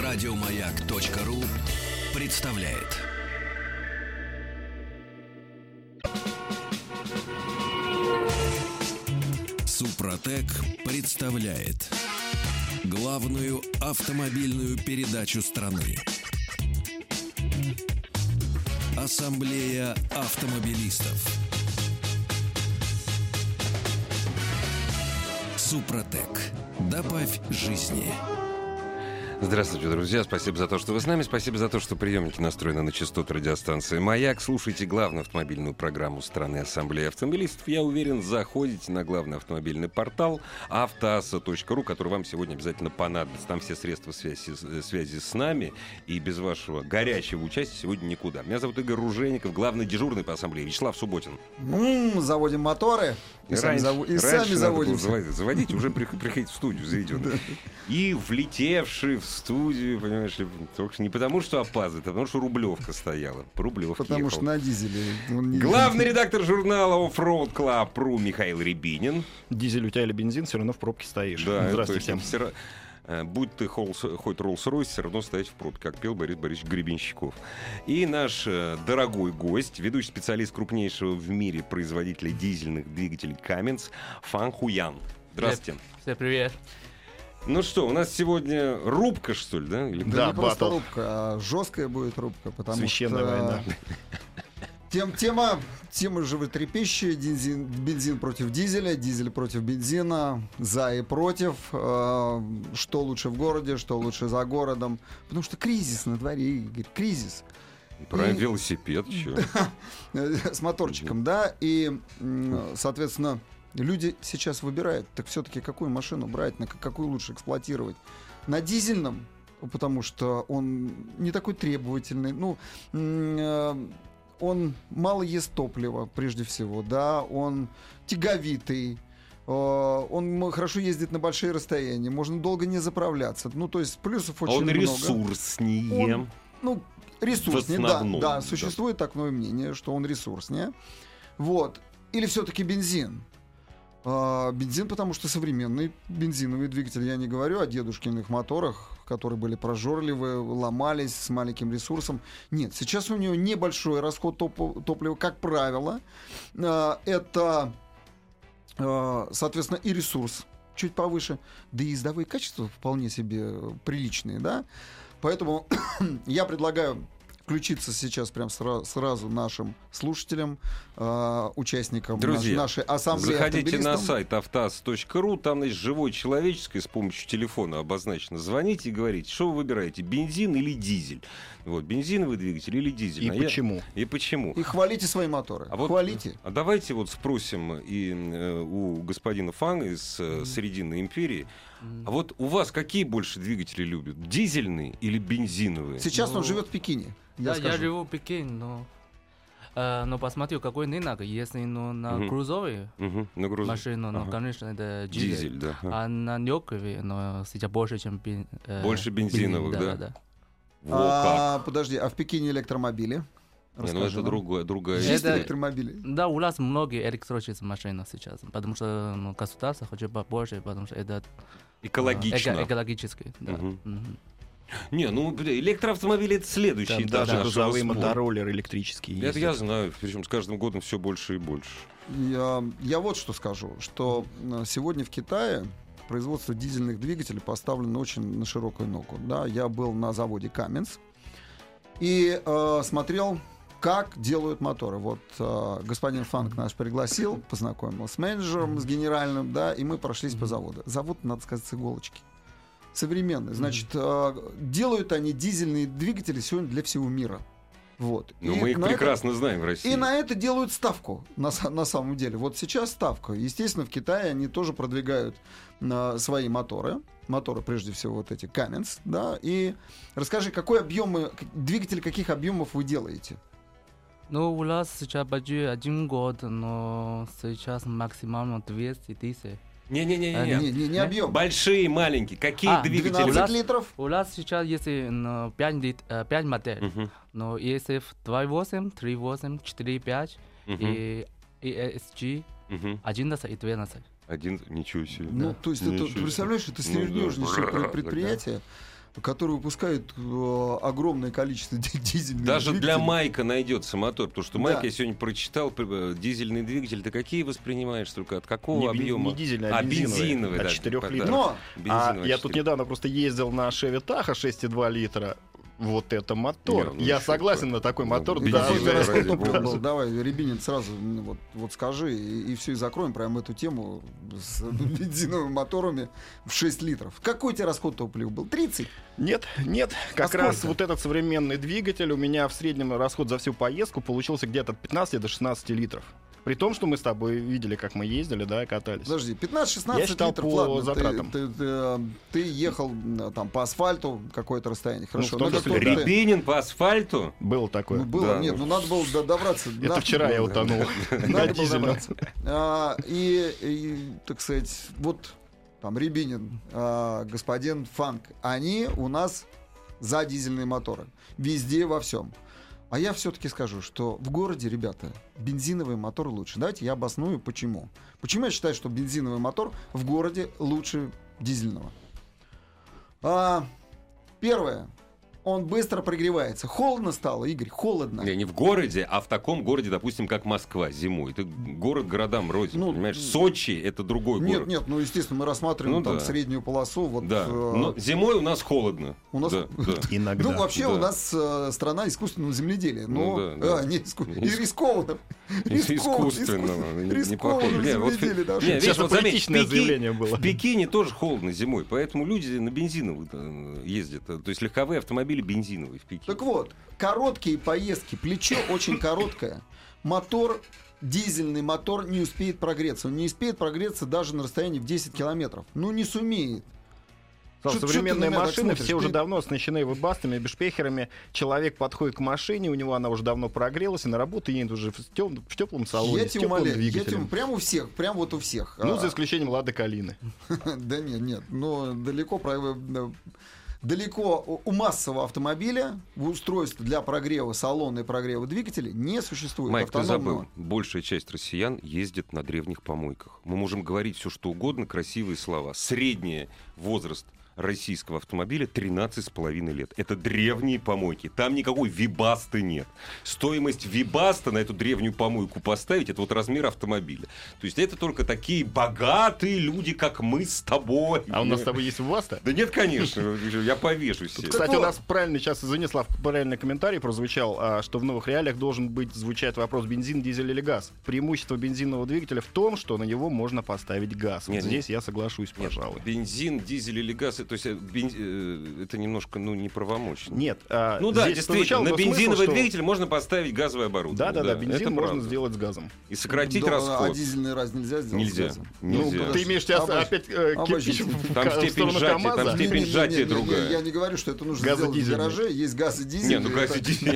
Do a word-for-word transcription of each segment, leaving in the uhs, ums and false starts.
Радиомаяк.ру представляет. Супротек представляет главную автомобильную передачу страны. Ассамблея автомобилистов. Супротек. Добавь жизни. Здравствуйте, друзья. Спасибо за то, что вы с нами. Спасибо за то, что приемники настроены на частоту радиостанции «Маяк». Слушайте главную автомобильную программу страны Ассамблеи автомобилистов. Я уверен, заходите на главный автомобильный портал автоасса точка ру, который вам сегодня обязательно понадобится. Там все средства связи, связи с нами. И без вашего горячего участия сегодня никуда. Меня зовут Игорь Ружейников, главный дежурный по Ассамблее Вячеслав Субботин. Ну, заводим моторы. И раньше, сами, зав... и сами заводимся. Заводить, заводить, уже приходить в студию заведенный. И влетевший в студию, понимаешь ли, только не потому, что опаздывает, а потому, что Рублевка стояла. По Рублевке Потому ехал. что на дизеле. Не... Главный редактор журнала Offroad Club.ru Михаил Рябинин. Дизель у тебя или бензин, все равно в пробке стоишь. Да, здравствуйте всем. Все, будь ты холс, хоть Роллс-Ройс, все равно стоять в пробке, как пел Борис Борисович Гребенщиков. И наш э, дорогой гость, ведущий специалист крупнейшего в мире производителя дизельных двигателей Cummins, Фан Хуян. Здравствуйте. Всем привет. Ну что, у нас сегодня рубка, что ли, да? Или... Да, Да, не просто батл. рубка, а жесткая будет рубка, потому Священная что... война. Тем, тема, тема животрепещущая, бензин, бензин против дизеля, дизель против бензина, за и против, э, что лучше в городе, что лучше за городом, потому что кризис на дворе, Игорь, кризис. Про И- велосипед, чё? С моторчиком, да, и, м, соответственно, люди сейчас выбирают, так все-таки какую машину брать, на к- какую лучше эксплуатировать. На дизельном, потому что он не такой требовательный, ну, м, э, он мало ест топлива, прежде всего, да, он тяговитый, э, он м- хорошо ездит на большие расстояния, можно долго не заправляться, ну, то есть плюсов очень Он много. ресурснее. Он, ну, ресурснее, В да, основном, да, да. существует такое мнение, что он ресурснее. Вот. Или все-таки бензин? А, бензин, потому что современный бензиновый двигатель, я не говорю о дедушкиных моторах, которые были прожорливые, ломались с маленьким ресурсом. Нет, сейчас у него небольшой расход топ- топлива, как правило. А, это, а, соответственно, и ресурс чуть повыше, да и ездовые качества вполне себе приличные, да. Поэтому я предлагаю включиться сейчас прям сра- сразу нашим слушателям, э, участникам Друзья, наш- нашей ассамблеи заходите на автомобилистам. сайт автоасса точка ру, там, значит, живое человеческое с помощью телефона обозначено. Звоните и говорите, что вы выбираете, бензин или дизель. Вот, бензиновый двигатель или дизель. И А я- почему? И почему? И хвалите свои моторы. А вот, Хвалите. а давайте вот спросим и э, у господина Фана из э, Срединной империи. А вот у вас какие больше двигатели любят? Дизельные или бензиновые? Сейчас Ну, он живет в Пекине. Я Да, я скажу. живу в Пекине, но, э, но посмотрю, какой рынок. Если ну, на Мгм. грузовые Угу, на груз- машины, ну, Ага. конечно, это дизель. Дизель, да. Ага. А на легковые, но сейчас больше, чем бен- э, Больше бензиновых, бензин, да? да? Во как. А, подожди, а в Пекине электромобили? Не, ну Расскажи это нам. другое, другая Есть Это- электромобили? Да, у нас многие электрические машины сейчас, потому что ну, государство хочет побольше, потому что это э, экологично. эко- экологически. Да. Мгм. Мгм. Не, ну бля, электроавтомобили это следующий Там этаж даже нашего грузовые спора. мотороллеры электрические Это ездят. я знаю, причем с каждым годом все больше и больше. Я, я вот что скажу, что э, сегодня в Китае производство дизельных двигателей поставлено очень на широкую ногу. Да, я был на заводе Cummins и э, смотрел, как делают моторы. Вот э, господин Фанк наш пригласил, познакомил с менеджером, с генеральным, да, и мы прошлись по заводу. Завод, надо сказать, с иголочки. Современный. Значит, э, делают они дизельные двигатели сегодня для всего мира. Вот. Но И мы их на это- прекрасно знаем в России. и на это делают ставку, на, са- на самом деле. Вот сейчас ставка. Естественно, в Китае они тоже продвигают а, свои моторы. Моторы, прежде всего, вот эти Cummins, да. И расскажи, какой объемы, к- двигатель каких объемов вы делаете? Ну, у нас сейчас почти один год, но сейчас максимум двести тысяч. Не-не-не. А, Не, не, не Нет? объем. Большие, маленькие. Какие А, двигатели? двенадцать у нас- литров. У нас сейчас есть ну, пять, лит- э, пять моделей, Мгм, но если два и восемь, три и восемь, четыре и пять мгм, и и эс джи мгм. одиннадцать и двенадцать. Один, ничего себе. Ну, то есть, Ничего это, себе. представляешь, это Ну да. серьезнейшее Тогда. предприятие. который выпускает э, огромное количество дизельных Даже двигателей. для Майка найдется мотор, потому что Майк, Да. я сегодня прочитал, э, дизельный двигатель, ты какие воспринимаешь, только от какого Не, бен- объема? не дизельный, а а бензиновый, бензиновый, от да, четырёх да, литров. Но А бензиновый я от тут четырёх. недавно просто ездил на Chevy Tahoe шесть и два литра. Вот это мотор. Не, ну я еще согласен какой. на такой Ну, мотор. бензин, даже- Какой да, расход ради топлива бога. был? Давай, Рябинин, сразу м, вот, вот скажи, и, и все, и закроем прямо эту тему с бензиновыми моторами в шесть литров. Какой у тебя расход топлива был? тридцать? Нет, нет. Как А раз сколько? вот этот современный двигатель у меня в среднем расход за всю поездку получился где-то от пятнадцати до шестнадцати литров. При том, что мы с тобой видели, как мы ездили, да, и катались. Подожди, пятнадцать-шестнадцать Я считал литров, по ладно, затратам. Ты, ты, ты, ты ехал м, там по асфальту какое-то расстояние, хорошо. в том Ну, это числе, кто-то да. ты- Рябинин по асфальту? Было такое. Ну, было, Да, нет, ну, ну надо было до- добраться. Это надо вчера я было, утонул. Надо На было дизельном. добраться. А, и, и, так сказать, вот там Рябинин, а, господин Фанк, они у нас за дизельные моторы. Везде, во всем. А я все-таки скажу, что в городе, ребята, бензиновый мотор лучше. Давайте я обосную, почему. Почему я считаю, что бензиновый мотор в городе лучше дизельного. А, первое. Он быстро прогревается. Холодно стало, Игорь, холодно. Не, не в городе, а в таком городе, допустим, как Москва зимой. Это город городам рознь, Ну, понимаешь? Сочи — это другой Нет, город. нет, ну, естественно, мы рассматриваем Ну там да. среднюю полосу. Вот, Да, э, но зимой у нас холодно. у нас- Да, да. Иногда. Ну, вообще, да. у нас э, страна искусственного земледелия. Но, Ну, да, да. а, не иску- и Иск- рискованного. Рискованного, Искусственного. не- не рискованного похоже. Не, вот в- земледелия даже. не, видишь, Сейчас вот заметь, политичное в Пеки- заявление было. В Пекине тоже холодно зимой, поэтому люди на бензиновых э, ездят. То есть легковые автомобили бензиновые в Пекине. Так вот, короткие поездки, плечо очень короткое. Мотор, дизельный мотор не успеет прогреться. Он не успеет прогреться даже на расстоянии в десять километров. Ну, не сумеет. Саш, Чё- чё ты современные на меня так машины смотришь? все уже Ты- давно оснащены вебастами, бешпехерами. Человек подходит к машине, у него она уже давно прогрелась, и на работу едет уже в, тем- в теплом салоне, Я с тебя теплым умоляю, я двигателем. тебя прямо у всех, прямо вот у всех. Ну, А, за исключением Лады Калины. Да нет, нет, но далеко про- э, далеко у- у массового автомобиля в устройстве для прогрева салона и прогрева двигателя не существует. Майк, ты автономного. забыл, большая часть россиян ездит на древних помойках. Мы можем говорить все, что угодно, красивые слова. Средний возраст российского автомобиля тринадцать с половиной лет. Это древние помойки. Там никакой вибасты нет. Стоимость вибаста на эту древнюю помойку поставить — это вот размер автомобиля. То есть это только такие богатые люди, как мы с тобой. А у нас с тобой есть вебаста? Да нет, конечно, я повешу себе. Кстати, у вот. нас правильный, сейчас, извини, Слав, правильный комментарий прозвучал, а, что в новых реалиях должен быть звучать вопрос: бензин, дизель или газ. Преимущество бензинового двигателя в том, что на него можно поставить газ. Вот Нет, здесь я соглашусь, Нет, пожалуй. бензин, дизель или газ, то есть э, бен- э, это немножко, ну, неправомочно. Нет, а, Ну да, здесь действительно, прозвучало, на но смысл, бензиновый что- двигатель можно поставить газовое оборудование. Да-да-да, бензин это можно правда. сделать с газом. И сократить Да, расход. А дизельный раз нельзя сделать? Нельзя. с газом? Ну, Нельзя. ты имеешь сейчас Обоч- опять э, обочинить. кирпич в, Там ка- в степень сторону сжатия, там КамАЗа? степень Не-не-не, сжатия не, другая. Я, я не говорю, что это нужно Газодизельный. сделать в гараже. Есть газ и дизель. Не, ну газ и дизель.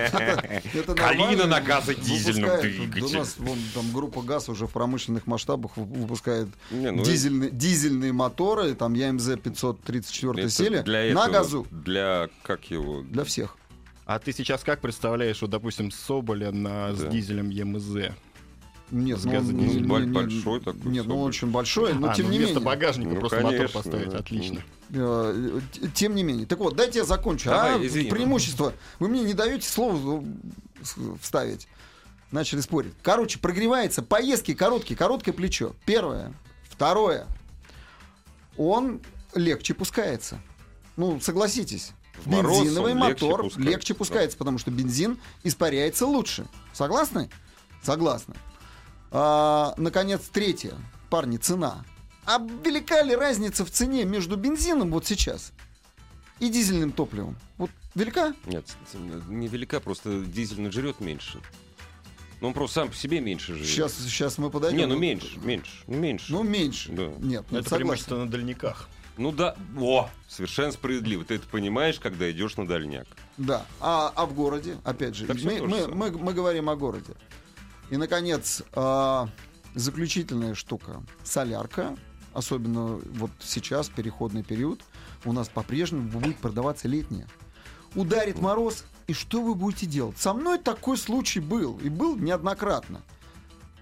Калина на газодизельном двигателе. У нас вон, там группа ГАЗ уже в промышленных масштабах вы- выпускает Не, ну, дизельные, дизельные моторы, там ЯМЗ пятьсот тридцать четыре это серия, для на этого, газу. Для, как его... Для всех. А ты сейчас как представляешь, вот, допустим, Соболя на, с Да. дизелем ЕМЗ? Нет, С ну, он- газодизелем. не- Ну, не- большой такой, Нет, ну собой. очень большой, но а, тем ну, не вместо менее. багажника Ну, просто мотор конечно, поставить, да. отлично. Э, т- Тем не менее. Так вот, дайте я закончу. Давай, а? извини. Преимущество. Вы мне не даете слово с- вставить. Начали спорить. Короче, прогревается. Поездки короткие, короткое плечо. Первое. Второе. Он легче пускается. Ну, согласитесь. В мороз Бензиновый он легче мотор пускается, легче пускается, потому что бензин испаряется лучше. Согласны? Согласны. А, наконец, третье. Парни, цена. А велика ли разница в цене между бензином вот сейчас и дизельным топливом? Вот велика? Нет, невелика, просто дизель жрет меньше. Ну, он просто сам по себе меньше жрет. Сейчас, сейчас мы подойдем. Не, ну меньше, меньше, ну меньше. Ну, меньше. Да. Нет, ну, Это согласен. преимущество на дальниках. Ну да, о, совершенно справедливо. Ты это понимаешь, когда идешь на дальняк. Да. А, а в городе, опять же, Так всё мы, то же мы, самое. мы, мы говорим о городе. И, наконец, а, заключительная штука. Солярка, особенно вот сейчас, переходный период, у нас по-прежнему будет продаваться летняя. Ударит мороз, и что вы будете делать? Со мной такой случай был, и был неоднократно.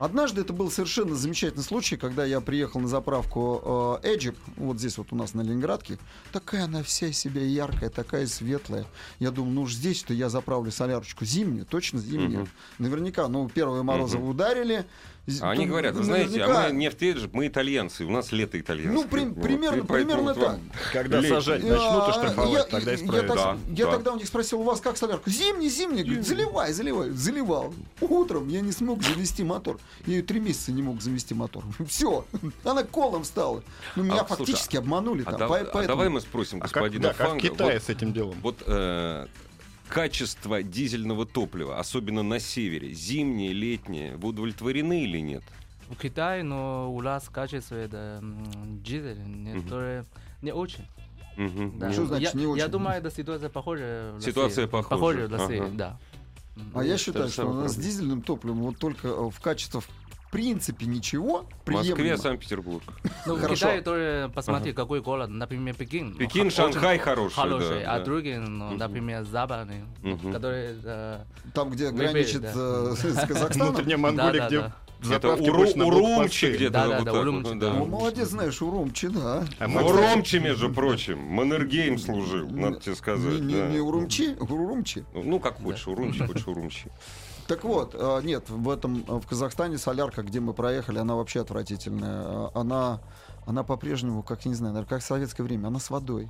Однажды это был совершенно замечательный случай, когда я приехал на заправку э, Эджип, вот здесь вот у нас на Ленинградке. Такая она вся из себя яркая, такая светлая. Я думаю, ну уж здесь-то я заправлю солярочку зимнюю, точно зимнюю. Угу. Наверняка, ну первые морозы Угу. ударили. А они говорят, вы знаете, наверняка... а мы нефть Эджип, мы итальянцы, у нас лето итальянское. Ну, при, Вот. примерно, И поэтому примерно вот так. вам Когда летний. сажать начнут и штрафовать, я, тогда я, исправят. так- Да, я да. тогда у них спросил, у вас как солярка? Зимний, зимний. Говорит, заливай, заливай. Заливал. Утром я не смог завести мотор. Я ее три месяца не мог завести мотор. Все. Она колом стала. Ну, меня А, фактически слушай, обманули А, там. да- По- а поэтому... давай мы спросим А как, господина да, как в Фанга. Китае Вот- с этим делом? Вот э, качество дизельного топлива, особенно на севере, зимнее, летнее, вы удовлетворены или нет? В Китае, но у нас качество это м, дизель, не, Мгм. то- не очень. Мгм. Да. Что значит я, не очень? Я думаю, эта ситуация похожа. в Ситуация России. похожа. Похожа в России, Ага. да. А я Это считаю, же что у самое нас с проблема. дизельным топливом вот только э, в качестве в принципе ничего Москве, приемлемо. Санкт-Петербург. Ну, в Хорошо. Китае тоже посмотри, какой город, например, Пекин. Пекин, Ну, Шанхай очень хороший, хороший, да, а да. другие, ну, Мгм. например, западные, Мгм. которые... э, Там, где Выбери, граничит да. э, с Казахстаном. Внутренняя Монголия, да, где да. Это заправки Уру- больше на Урумчи блокпосты. где-то. Да, да, вот да, так Урумчи, вот, да. Ну, молодец, знаешь, Урумчи, да. А мы, Урумчи, между прочим, Маннергейм служил, надо тебе сказать. Не, да. не Урумчи, Урумчи. Ну, как хочешь, Урумчи, хочешь Урумчи. Так вот, э, нет, в этом э, в Казахстане солярка, где мы проехали, она вообще отвратительная. Э, Она, она по-прежнему, как я не знаю, наверное, как в советское время, она с водой.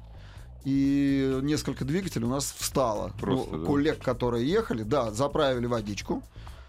И несколько двигателей у нас встало. Просто, Ну, да. коллег, которые ехали, да, заправили водичку.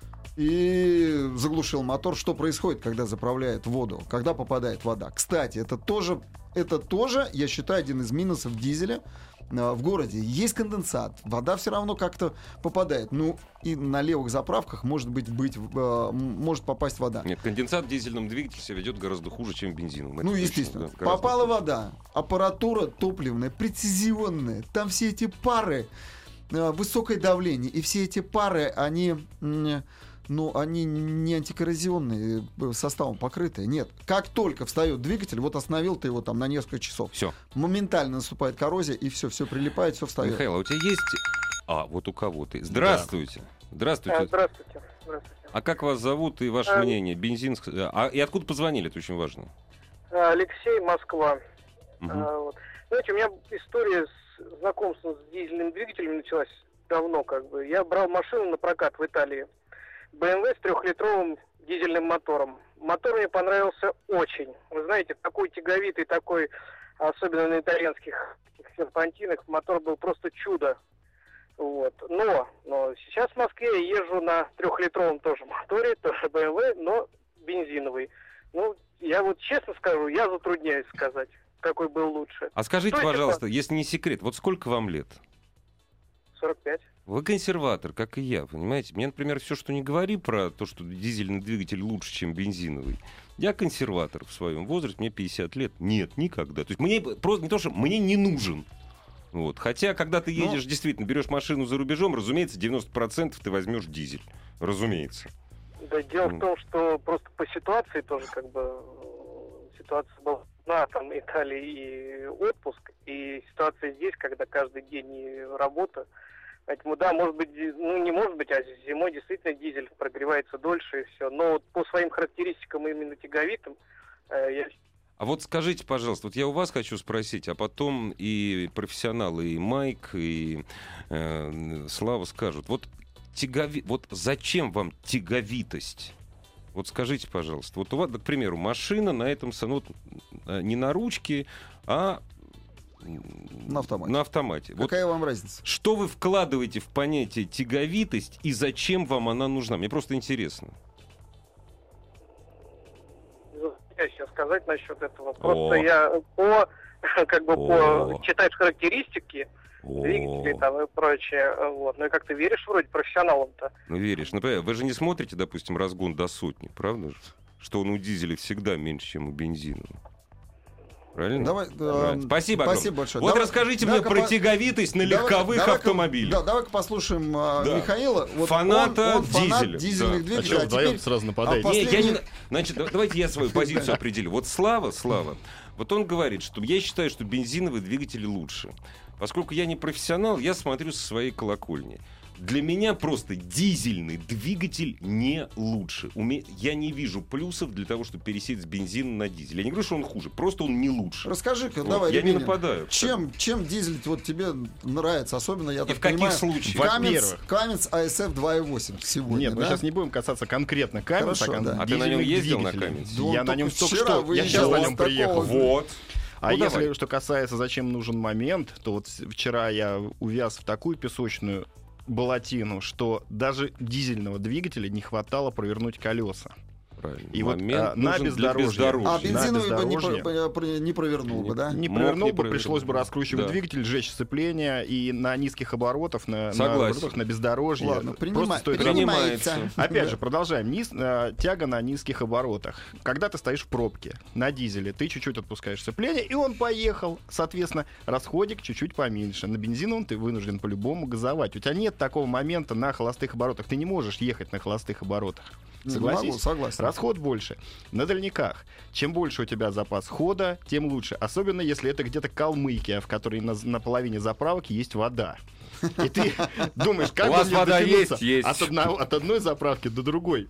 И заглушил мотор. Что происходит, когда заправляет воду? Когда попадает вода? Кстати, это тоже, это тоже, я считаю, один из минусов дизеля. А, В городе есть конденсат, вода все равно как-то попадает. Ну и на левых заправках может быть, быть э, м- может попасть вода. Нет, конденсат в дизельном двигателе себя ведет гораздо хуже, чем в бензиновом. Это Ну, точно, естественно. да, гораздо Попала хуже. вода, аппаратура топливная, прецизионная, там все эти пары, э, высокое давление, и все эти пары, они, м, ну, они не антикоррозионные, э, составом покрытые. Нет. Как только встает двигатель, вот остановил ты его там на несколько часов, Все. моментально наступает коррозия, и все, все прилипает, все встает. Михаил, а у тебя есть... А, вот у кого ты. Здравствуйте. Здравствуйте. А, Здравствуйте. Здравствуйте. А как вас зовут и ваше А, мнение? Бензин... ск- А, и откуда позвонили? Это очень важно. А, Алексей, Москва. Мгм. А, вот. Знаете, у меня история с знакомством с дизельным двигателем началась давно, как бы. Я брал машину на прокат в Италии. бэ эм вэ с трехлитровым дизельным мотором. Мотор мне понравился очень. Вы знаете, такой тяговитый, такой, особенно на итальянских серпантинах, мотор был просто чудо. Вот. Но, но сейчас в Москве я езжу на трехлитровом тоже моторе, тоже бэ эм вэ, но бензиновый. Ну, я вот честно скажу, я затрудняюсь сказать, какой был лучше. А скажите, Что это пожалуйста, если не секрет, вот сколько вам лет? сорок пять. Вы консерватор, как и я, понимаете? Мне, например, все, что не говори про то, что дизельный двигатель лучше, чем бензиновый. Я консерватор в своем возрасте, мне пятьдесят лет. Нет, никогда. То есть мне просто не то, что мне не нужен. Вот. Хотя, когда ты Ну. едешь, действительно, берешь машину за рубежом, разумеется, девяносто процентов ты возьмешь дизель. Разумеется. Да, дело Мгм. в том, что просто по ситуации тоже как бы э, ситуация была на там Италии и отпуск, и ситуация здесь, когда каждый день и работа. Поэтому да, может быть, ди- ну не может быть, а зимой действительно дизель прогревается дольше и все. Но вот по своим характеристикам именно тяговитым э, я А вот скажите, пожалуйста, вот я у вас хочу спросить, а потом и профессионалы, и Майк, и э, Слава скажут. Вот, тягови... вот зачем вам тяговитость? Вот скажите, пожалуйста. Вот у вас, к примеру, машина на этом са- ну, вот, э, не на ручке, а На автомате. На автомате. Вот Какая вам разница? что вы вкладываете в понятие тяговитость и зачем вам она нужна? Мне просто интересно. затрудняюсь сейчас сказать насчет этого. Просто О. я по как бы О. по читаешь характеристики двигателей О, там и прочее, вот. Ну и как ты веришь вроде профессионалам-то. ну веришь. Например, вы же не смотрите, допустим, разгон до сотни, правда же? Что он у дизеля всегда меньше, чем у бензина. Правильно? Давай, Правильно. э, Спасибо огромное. спасибо большое. Вот Давай- расскажите давай-ка мне про по- тяговитость на Давай- легковых давай-ка- автомобилях. Да, давай-ка послушаем а, Да. Михаила. Вот Фаната он, он фанат дизеля. дизельных Да. А двигателей. что, а вдвоем теперь- сразу а нападаете? пос- Не, я не... Последний- Значит, да- давайте я свою позицию определю. Вот Слава, Слава, вот он говорит, что я считаю, что бензиновые двигатели лучше. Поскольку я не профессионал, я смотрю со своей колокольни. Для меня просто дизельный двигатель не лучше. У меня, я не вижу плюсов для того, чтобы пересесть с бензина на дизель. Я не говорю, что он хуже, просто он не лучше. Расскажи-ка, Вот, давай, я Рябинин, не нападаю. Чем, чем дизель вот тебе нравится? Особенно, я И так в каких понимаю, случаях? Каменс, Во-первых. Каменс эй эс эф два и восемь сегодня, Нет, да? мы сейчас не будем касаться конкретно Каменса, Хорошо, а, да. А ты на нем дизельных ездил на двигателей. Каменсе? Да он Я на только нем только вчера что, я выезжал сейчас на с нем такого. приехал. Вот. А Ну, если давай. что касается, зачем нужен момент, то вот с- вчера я увяз в такую песочную болотину, что даже дизельного двигателя не хватало провернуть колеса. Правильно. И вот, Момент а, на нужен для бездорожье. бездорожья. А на бензиновый бы не, бездорожье. про- про- не провернул бы, да? Не Мог провернул не бы, провернуть. пришлось бы раскручивать Да. двигатель, сжечь сцепление, и на низких оборотах, на, на, Согласен. оборотах, на бездорожье. Ладно, просто принима- стоит принимается. Принимается. Опять же, продолжаем. Низ, э, тяга на низких оборотах. Когда ты стоишь в пробке на дизеле, ты чуть-чуть отпускаешь сцепление, и он поехал. Соответственно, расходик чуть-чуть поменьше. На бензиновом ты вынужден по-любому газовать. У тебя нет такого момента на холостых оборотах. Ты не можешь ехать на холостых оборотах. Не Согласись? могу, согласен. Расход больше. На дальниках. Чем больше у тебя запас хода, тем лучше. Особенно, если это где-то Калмыкия, в которой на, на половине заправок есть вода. И ты думаешь, как У бы вас мне вода дотянуться есть? Есть. От, одного- от одной заправки до другой.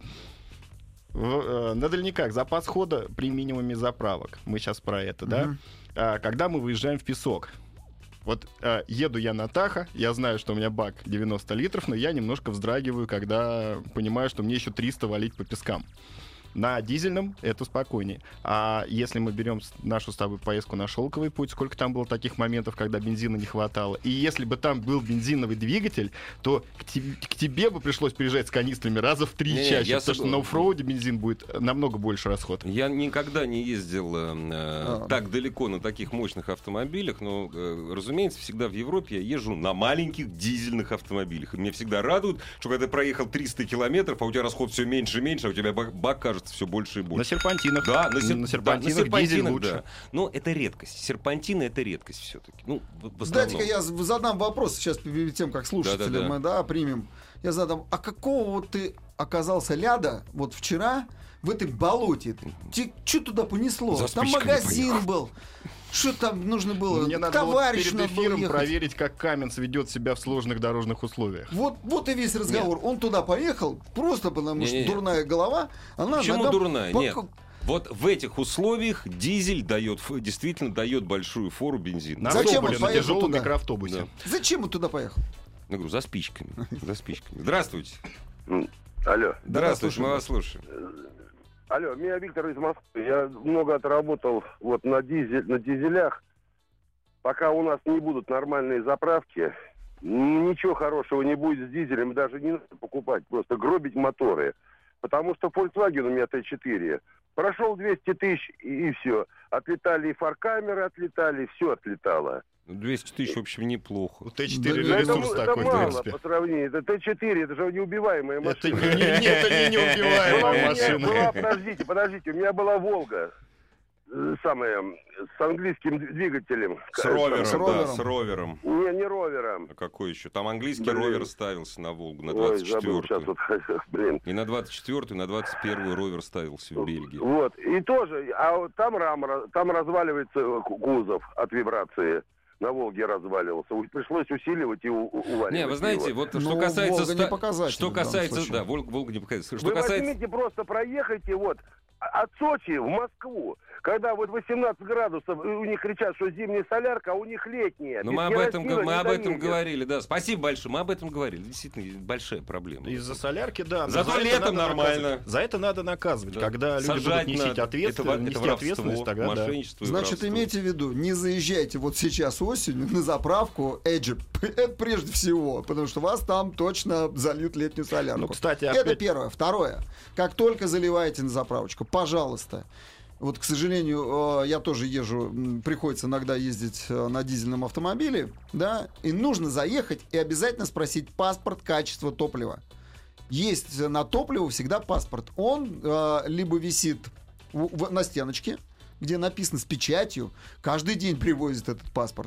В- э, на дальниках запас хода при минимуме заправок. Мы сейчас про это, да? Мгм. А, когда мы выезжаем в песок. Вот э, еду я на Тахо, я знаю, что у меня бак девяносто литров, но я немножко вздрагиваю, когда понимаю, что мне еще триста валить по пескам. На дизельном это спокойнее. А если мы берем с- нашу с тобой поездку на Шелковый путь, сколько там было таких моментов, когда бензина не хватало? И если бы там был бензиновый двигатель, то к, те- к тебе бы пришлось приезжать с канистрами раза в три Не-не, чаще, я потому что согла- на оффроуде бензин будет э, намного больше расход. Я никогда не ездил э, э, А. так далеко на таких мощных автомобилях, но, э, разумеется, всегда в Европе я езжу на маленьких дизельных автомобилях. И меня всегда радует, что когда ты проехал триста километров, а у тебя расход все меньше и меньше, а у тебя бак, бак кажется все больше и На больше. серпантинах. Да, на, сер- на да, серпантинах, на серпантинах, дизель лучше. да. Но это редкость. Серпантины — это редкость все-таки. Ну, в, в основном. Дайте-ка я з- задам вопрос сейчас перед тем, как слушатели Да-да-да. мы да, примем. Я задам, а какого вот ты оказался ляда вот вчера в этой болоте? Что туда понесло? За Там спичками магазин поехал. был. Что там нужно было? Мне надо было Товарищ перед надо было эфиром ехать. проверить, как Каменс ведет себя в сложных дорожных условиях. Вот, вот и весь разговор. Он туда поехал, просто потому что Не-не-не. дурная голова. Она Почему ногам дурная? пока- Нет. Вот в этих условиях дизель дает, ф- действительно дает большую фору бензину. На Зачем Соболе, он на поехал тяжелом туда? микроавтобусе. Да. Зачем он туда поехал? Я говорю, за спичками. За спичками. Здравствуйте. Алло. Здравствуйте, слушаем мы вас. вас слушаем. Алло, меня Виктор из Москвы. Я много отработал вот на, дизель, на дизелях. Пока у нас не будут нормальные заправки, м, ничего хорошего не будет с дизелем. Даже не надо покупать, просто гробить моторы. Потому что Volkswagen у меня Т четыре. Прошел двести тысяч и, все. Отлетали и фаркамеры, отлетали, все отлетало. Ну, двести тысяч, в общем, неплохо. У Т четыре Да, ресурс это, это такой, в мало принципе. по сравнению. Это Т четыре, это же неубиваемая Это машина. не, не- это не Была у неубиваемая меня- машина. была, подождите, подождите, у меня была Волга, э, самая, с английским д- двигателем. С К- ровером, с да, ровером. с ровером. Не, не ровером. А какой еще? Там английский Блин. ровер ставился на Волгу, на Ой, двадцать забыл сейчас четвёртую. вот, блин. И на двадцать четвёртую, и на двадцать первую ровер ставился в Бельгии. Вот, и тоже, а вот там рама, ra- там разваливается ку- кузов от вибрации. На Волге разваливался. У- Пришлось усиливать и у- у- уваливать Не, вы знаете, его. вот что Ну, касается... Волга не ста- показатель Что в данном касается... случае. Да, Волга, Волга не показатель. Что Вы касается... возьмите, просто проехайте вот от Сочи в Москву, когда вот восемнадцать градусов, и у них кричат, что зимняя солярка, а у них летняя. Ну, Без мы об этом, керосина мы не об этом доедешь. говорили, да. Спасибо большое, мы об этом говорили. Действительно, большая проблема. Из-за солярки, да. но Зато за это летом надо нормально. наказывать. За это надо наказывать. Да. Когда люди Сажать будут нести надо. ответственность, Это во- это нести воровство, ответственность, тогда да. мошенничество и Значит, воровство. имейте в виду, не заезжайте вот сейчас осенью на заправку Эджи. Это прежде всего, потому что вас там точно зальют летнюю солярку. Ну, кстати, Это опять- первое. Второе. Как только заливаете на заправочку, пожалуйста. Вот, к сожалению, э, я тоже езжу, м, приходится иногда ездить э, на дизельном автомобиле, да, и нужно заехать и обязательно спросить паспорт качества топлива. Есть э, на топливо всегда паспорт. Он э, либо висит в- в- на стеночке, где написано с печатью, каждый день привозят этот паспорт,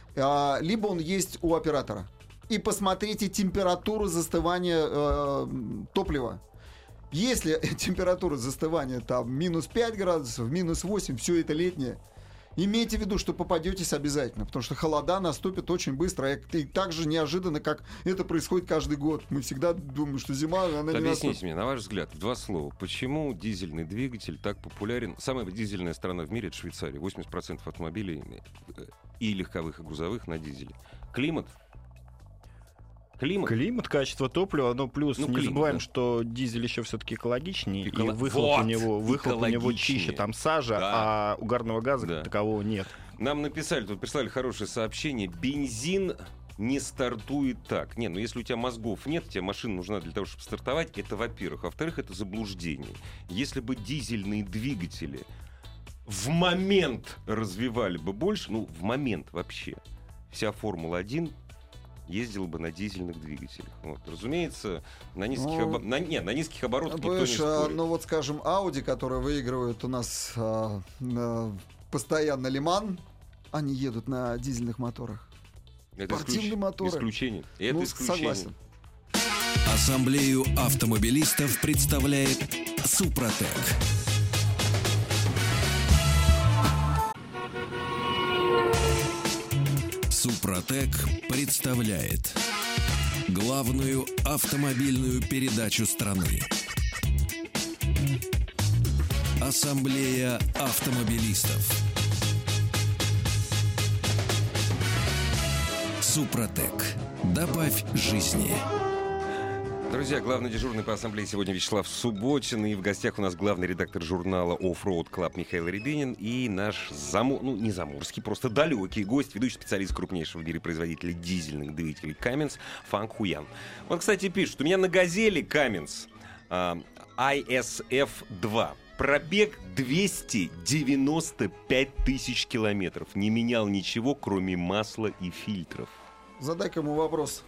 а, либо он есть у оператора. И посмотрите температуру застывания э, топлива. Если температура застывания там минус пять градусов, минус восемь, все это летнее, имейте в виду, что попадетесь обязательно, потому что холода наступит очень быстро, и так же неожиданно, как это происходит каждый год. Мы всегда думаем, что зима, она не Объясните наступит. мне, на ваш взгляд, в два слова, почему дизельный двигатель так популярен? Самая дизельная страна в мире — это Швейцария. восемьдесят процентов автомобилей и легковых, и грузовых на дизеле. Климат? Климат? Климат, качество топлива, но плюс Ну, не климат, забываем, да. что дизель еще все-таки экологичнее, Эколо- и выхлоп Вот! у него, выхлоп у него Экологичнее. чище, там сажа, Да. а угарного газа Да. как такового нет. Нам написали, тут прислали хорошее сообщение. Бензин не стартует так. Не, ну если у тебя мозгов нет, тебе машина нужна для того, чтобы стартовать, это во-первых. Во-вторых, это заблуждение. Если бы дизельные двигатели в момент развивали бы больше, ну, в момент вообще, вся Формула-один ездила бы на дизельных двигателях. Вот. Разумеется, на низких, Ну, обо- на, не, на низких оборотах никто не Понимаешь, а, спорит. ну вот, скажем, Audi, которые выигрывают у нас а, а, постоянно Лиман, они едут на дизельных моторах. Это спортивные исключ- моторы. исключение. Это Ну, исключение. согласен. Ассамблею автомобилистов представляет Супротек. Супротек представляет главную автомобильную передачу страны. Ассамблея автомобилистов. Супротек. Добавь жизни. Друзья, главный дежурный по ассамблее сегодня Вячеслав Субботин. И в гостях у нас главный редактор журнала Offroad Club Михаил Рябинин. И наш заму... ну, не заморский, просто далекий гость, ведущий специалист крупнейшего в мире производителя дизельных двигателей Cummins Фанг Хуян. Он, кстати, пишет, у меня на «Газели» Cummins а, ай эс эф два. Пробег двести девяносто пять тысяч километров. Не менял ничего, кроме масла и фильтров. Задай-ка ему вопрос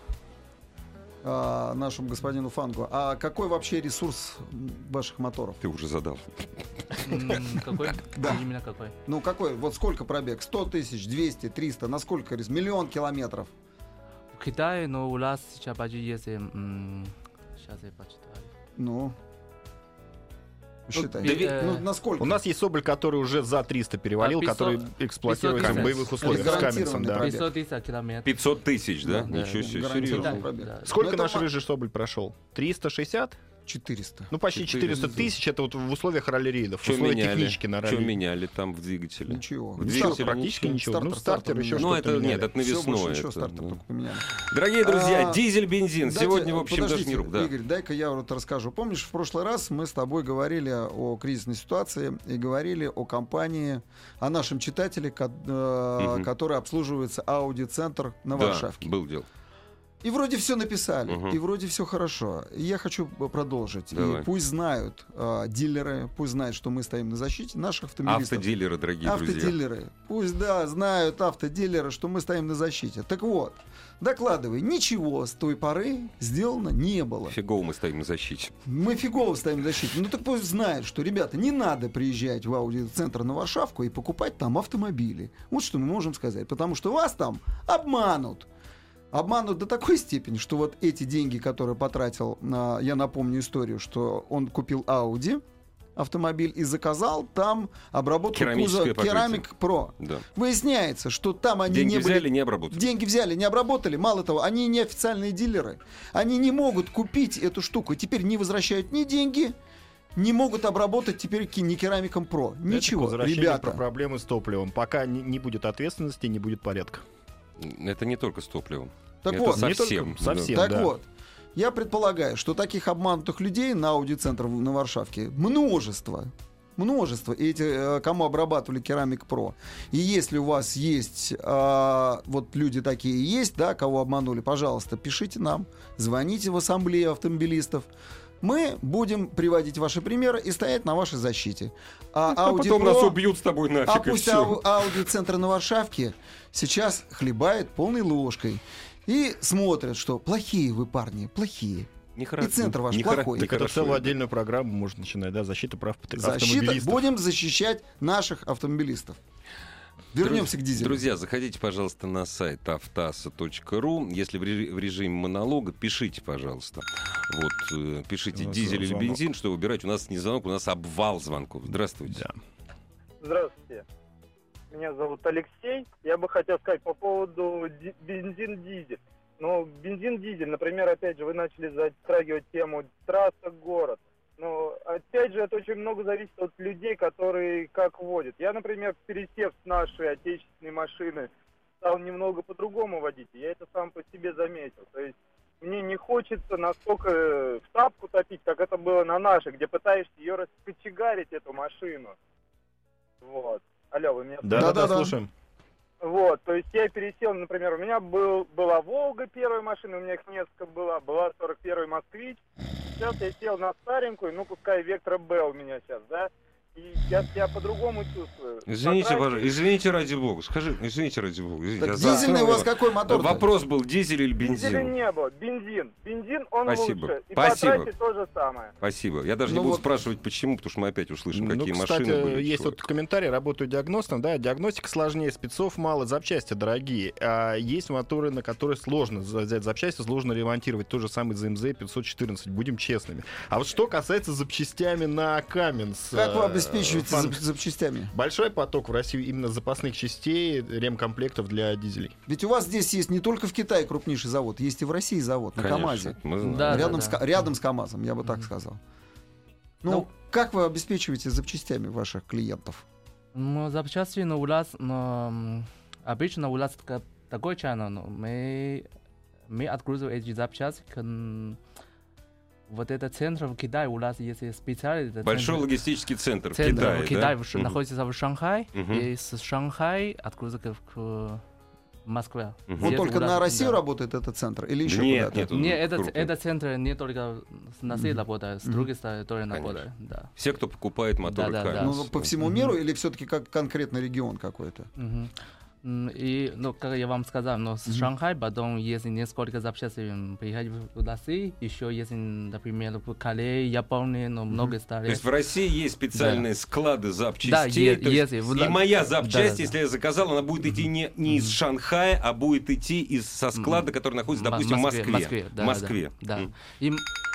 а, нашему господину Фангу. А какой вообще ресурс ваших моторов? Ты уже задал. М, Какой? Да. Именно какой? Ну какой? Вот сколько пробег? сто тысяч, двести, триста? На сколько? рес- Миллион километров? В Китае, но у нас сейчас почти есть... м, Сейчас я почитаю. Ну, считай. пи- э, Ну, насколько? У нас есть Соболь, который уже за триста перевалил, А, пятьсот который эксплуатируется пятьсот в боевых условиях с гарантированный Каменцем. Да. пробег. пятьсот тысяч километров. пятьсот тысяч, да? Да, Ничего себе, гарантированно. серьезно. Да, пробег. да. Сколько Ну, это наш ма- рыжий Соболь прошел? триста шестьдесят? четыреста. Ну, почти четыреста. четыреста тысяч. Это вот в условиях ралли-рейдов, в Что условиях меняли? технички на Что ралли. меняли там в двигателе? Ничего. В Ну, двигателе стартер практически ничего. Стартер, Ну, стартер стартер еще меняли. Ну, что-то это меняли. нет, это Всё, навесное. больше ничего, это, стартер да. только поменяли. Дорогие друзья, А, дизель, бензин. Дайте- Сегодня, в общем, даже подождите, не рук. Да. Игорь, дай-ка я вот расскажу. Помнишь, в прошлый раз мы с тобой говорили о кризисной ситуации и говорили о компании, о нашем читателе, ко- э, Мгм. который обслуживается Audi-центр на Да, Варшавке. был дел. И вроде все написали, Мгм. и вроде все хорошо. И я хочу б- продолжить. Давай. И пусть знают э, дилеры, пусть знают, что мы стоим на защите наших автомобилистов. Автодилеры, дорогие друзья. Автодилеры. Пусть, да, знают автодилеры, что мы стоим на защите. Так вот, докладывай, ничего с той поры сделано не было. Фигово мы стоим на защите. Мы фигово стоим на защите. Ну так пусть знают, что, ребята, не надо приезжать в Ауди-центр на Варшавку и покупать там автомобили. Вот что мы можем сказать. Потому что вас там обманут. Обманут до такой степени, что вот эти деньги, которые потратил, на, я напомню историю, что он купил Audi автомобиль и заказал там обработку Керамическое кузова покрытие. Керамик Про. Да. Выясняется, что там они Деньги не взяли, были... не обработали. Деньги взяли, не обработали. Мало того, они не официальные дилеры. Они не могут купить эту штуку. И теперь не возвращают ни деньги, не могут обработать теперь ки- ни керамиком Про. Ничего, Это к возвращению ребята. про проблемы с топливом. Пока не, не будет ответственности, не будет порядка. Это не только с топливом. Так Это вот, не совсем. только- совсем. Так да. вот, я предполагаю, что таких обманутых людей на Ауди-центр на Варшавке множество. Множество. И эти, э, кому обрабатывали Керамик Про. И если у вас есть, э, вот люди такие есть, да, кого обманули, пожалуйста, пишите нам, звоните в ассамблею автомобилистов. Мы будем приводить ваши примеры и стоять на вашей защите. А, А Audi потом Pro- нас убьют с тобой а нафиг, и пусть все. ау- Ауди-центр на Варшавке сейчас хлебает полной ложкой. И смотрят, что плохие вы, парни, плохие. Нехорошо. И центр ваш Нехоро- плохой. Так это нехорошо целую это. отдельную программу можно начинать, да, защита прав пот- Защита. автомобилистов. Будем защищать наших автомобилистов. Вернемся к дизелю. Друзья, заходите, пожалуйста, на сайт автаса точка ру. Если в режи- в режиме монолога, пишите, пожалуйста. Вот, э, пишите У нас дизель или звонок. бензин, что выбирать. У нас не звонок, у нас обвал звонков. Здравствуйте. Да. Здравствуйте. Меня зовут Алексей. Я бы хотел сказать по поводу ди- бензин-дизель. Ну, бензин-дизель, например, опять же, вы начали затрагивать тему трасса-город. Но, опять же, это очень много зависит от людей, которые как водят. Я, например, пересев с нашей отечественной машины, стал немного по-другому водить. Я это сам по себе заметил. То есть мне не хочется настолько в тапку топить, как это было на нашей, где пытаешься ее раскочегарить, эту машину. Вот. Алло, вы меня Да, да, да, слушаем. Вот, то есть я пересел, например, у меня был, была Волга, первая машина, у меня их несколько была, была сорок первый Москвич. Сейчас я сел на старенькую, ну пускай Вектора Б у меня сейчас, да, и я себя по-другому чувствую. Извините, Потрачу- пожалуйста, извините ради бога, скажи, извините ради бога. Извините, Так я дизельный у за- вас какой мотор? Вопрос был, дизель или Дизеля бензин? не было, бензин. Бензин, он Спасибо. лучше. И Спасибо. по трассе то же самое. Спасибо. Я даже Ну не буду вот- спрашивать, почему, потому что мы опять услышим, какие ну, кстати, машины были. у есть вот человека. комментарий, работаю диагностом, да, диагностика сложнее, спецов мало, запчасти дорогие. А есть моторы, на которые сложно взять запчасти, сложно ремонтировать. То же самое зэ эм зэ пятьсот четырнадцать, будем честными. А вот что касается запчастями на Каменс... Как вы э, обеспечиваете фан- зап- запчастями? Большой поток в России именно запасных частей, ремкомплектов для дизелей. Ведь у вас здесь есть не только в Китае крупнейший завод, есть и в России завод на Конечно, КамАЗе. мы знаем. Да, рядом, да, с, да. Ка- рядом с КамАЗом, я бы так сказал. Ну, Ну, как вы обеспечиваете запчастями ваших клиентов? Ну, запчасти, ну, у нас, ну, м, обычно у нас ка- такой чайно, ну, мы, мы отгрузим эти запчасти к м, вот этот центр в Китае, у нас есть специальный центр. Большой логистический центр в Центр Китае, в Китае да? в Ш- Мгм. находится в Шанхае, Мгм. и с Шанхая отгрузка в Москве. Мгм. Он Здесь только у нас- на Россию да. работает этот центр или еще Нет, куда-то? нет, он Не, этот, крупный. этот центр не только на России Мгм. работает, с Мгм. другой стороны тоже Конечно. работает. Да. Все, кто покупает моторы Да, да, да. Каменс. Ну, по всему Мгм. миру или все-таки как конкретно регион какой-то? Мгм. М, И, ну, как я вам сказал, но с Мгм. Шанхай, потом, если несколько запчастей м, приехать в Россию, еще если, например, в Корее, Японии, но много То стали. есть в России есть специальные склады запчастей. е- то есть есть, в- и да. моя запчасть, Да, да, да. если я заказал, она будет идти не, не из Мгм. Шанхая, а будет идти из, со склада, Мгм. который находится, М- допустим, в Москве. Москве, да, в Москве. Да. М. И,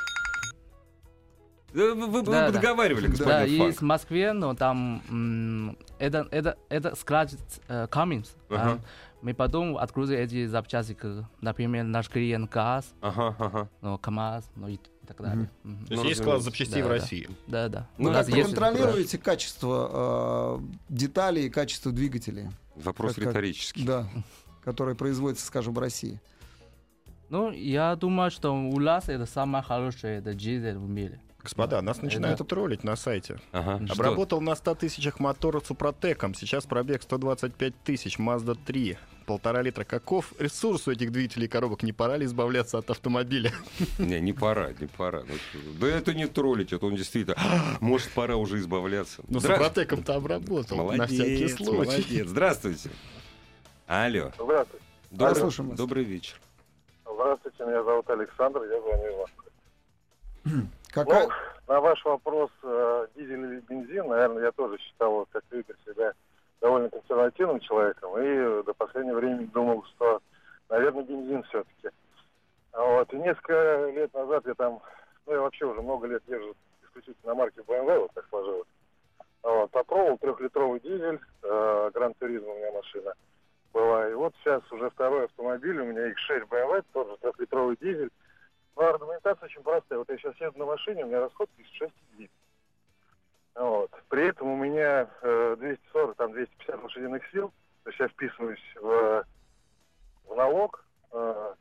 Вы, вы- вы Да, да. договаривали, да, господин и Фанк. в Москве, но там м, это, это, это склад э, Cummins. Ага. а, Мы потом отгрузим эти запчасти, к, например, наш клиент ГАЗ, Ага, ага. ну, КамАЗ, ну и, и так далее. Мгм. То есть Ну, есть склад разумеется. запчастей Да, в да. России. Да, да. Ну, Вы У нас как-то есть- контролируете качество э, деталей и качество двигателей? Вопрос Как- как- риторический. Да, которые производятся, скажем, в России. Ну, я думаю, что у нас это самое хорошее, это дизель в мире. Господа, нас начинают Это- троллить на сайте. Ага. Что? Обработал на ста тысячах мотора Супротеком. Сейчас пробег сто двадцать пять тысяч. Мазда три. Полтора литра. Каков ресурс у этих двигателей и коробок? Не пора ли избавляться от автомобиля? Не, не пора, не пора. Ну, да это не троллить, это он действительно... «А, может, пора уже избавляться. Ну, Здра- Супротеком-то обработал. Молодец, на всякий случай. молодец. Здравствуйте. Алло. Здравствуйте. Добрый, слушаем вас. добрый вечер. Здравствуйте, меня зовут Александр, я звоню вам. Какая... Ну, на ваш вопрос, э, дизель или бензин, наверное, я тоже считал, вот, как Игорь, себя довольно консервативным человеком, и до последнего времени думал, что, наверное, бензин все-таки. Вот. И несколько лет назад я там, ну, я вообще уже много лет езжу исключительно на марке бэ эм вэ, вот так сложилось. Вот. Попробовал трехлитровый дизель, э, Гран Туризмо у меня машина была. И вот сейчас уже второй автомобиль, у меня икс шесть бэ эм вэ, тоже трехлитровый дизель. Ну, аргументация очень простая. Вот я сейчас еду на машине, у меня расход тысяча шесть единиц. Вот. При этом у меня э, двести сорок, там двести пятьдесят лошадиных сил. То есть я вписываюсь в, в налог. Э,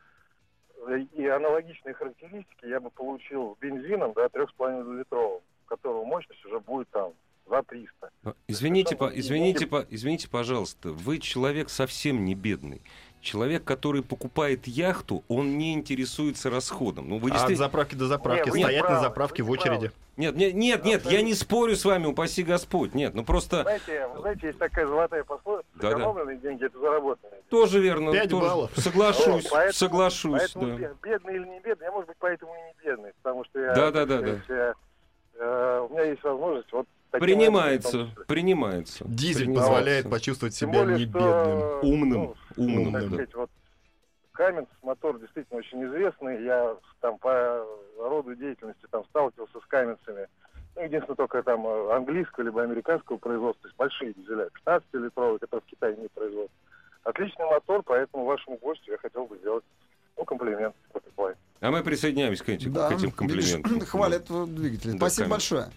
и аналогичные характеристики я бы получил бензином, да, три с половиной литровым, у которого мощность уже будет там за триста. Извините, по- Совершенно извините, не- по- извините, пожалуйста, вы человек совсем не бедный. Человек, который покупает яхту, он не интересуется расходом. Ну, вы А от действительно... заправки до заправки. Не, вы не Стоять на правы, заправке вы в не правы. очереди. Нет, нет, нет, нет, я не спорю с вами, упаси Господь. Нет, ну просто... Знаете, вы знаете, есть такая золотая пословица: Да-да. сэкономленные деньги — это заработанные. Тоже верно. Пять тоже баллов. Соглашусь, Вот, поэтому- соглашусь. Поэтому Да. бе- бедный или не бедный, я, может быть, поэтому и не бедный, потому что я, Да, да, да, так сказать, я, э, у меня есть возможность вот таким Принимается, образом, в том числе. принимается. Дизель Принимается. позволяет почувствовать Тем себя более, не что, бедным. Умным, ну, умным, так да. сказать, вот Каменс, мотор действительно очень известный. Я там по роду деятельности там сталкивался с Каменсами Ну, единственное, только там э, английского либо американского производства, то есть большие дизеля, пятнадцатилитровые, которые в Китае не производят. Отличный мотор, поэтому вашему гостю я хотел бы сделать, ну, комплимент в этом плане. А мы присоединяемся к этим, Да, к этим комплиментам. видишь, хвалят двигатели. Да, Спасибо конечно. большое.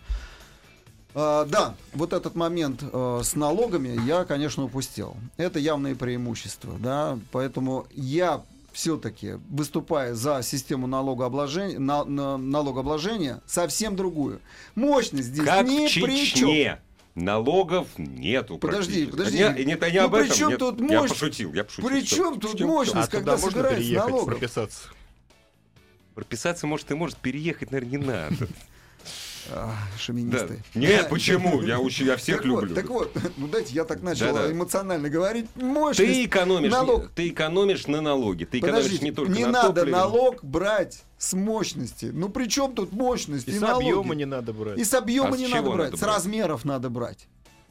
А, да, вот этот момент а, с налогами я, конечно, упустил. Это явные преимущества, да, поэтому я все-таки, выступая за систему налогообложения, на, на, налогообложения, совсем другую. Мощность здесь Как ни в при чем. Чечне. Налогов нету. Подожди, практически. подожди. Не, нет, не Ну, об при этом. чем Нет, тут я мощь? пошутил, я пошутил. При Что- чем тут что- мощность, А когда туда можно собирается переехать, налогов? прописаться? Прописаться, может, и может, переехать, наверное, не надо. А, Да. шовинисты. Нет, почему? Я, очень, я всех так люблю. Вот, так вот, ну дайте я так начал Да-да. эмоционально говорить. Мощность. Ты экономишь, налог. ты экономишь на налоги. Ты экономишь Подождите, не только не на надо топливе. налог брать с мощности. Ну при чем тут мощность и, И с налоги? объема не надо брать. И с объема А с не чего надо брать, надо с брать? размеров надо брать.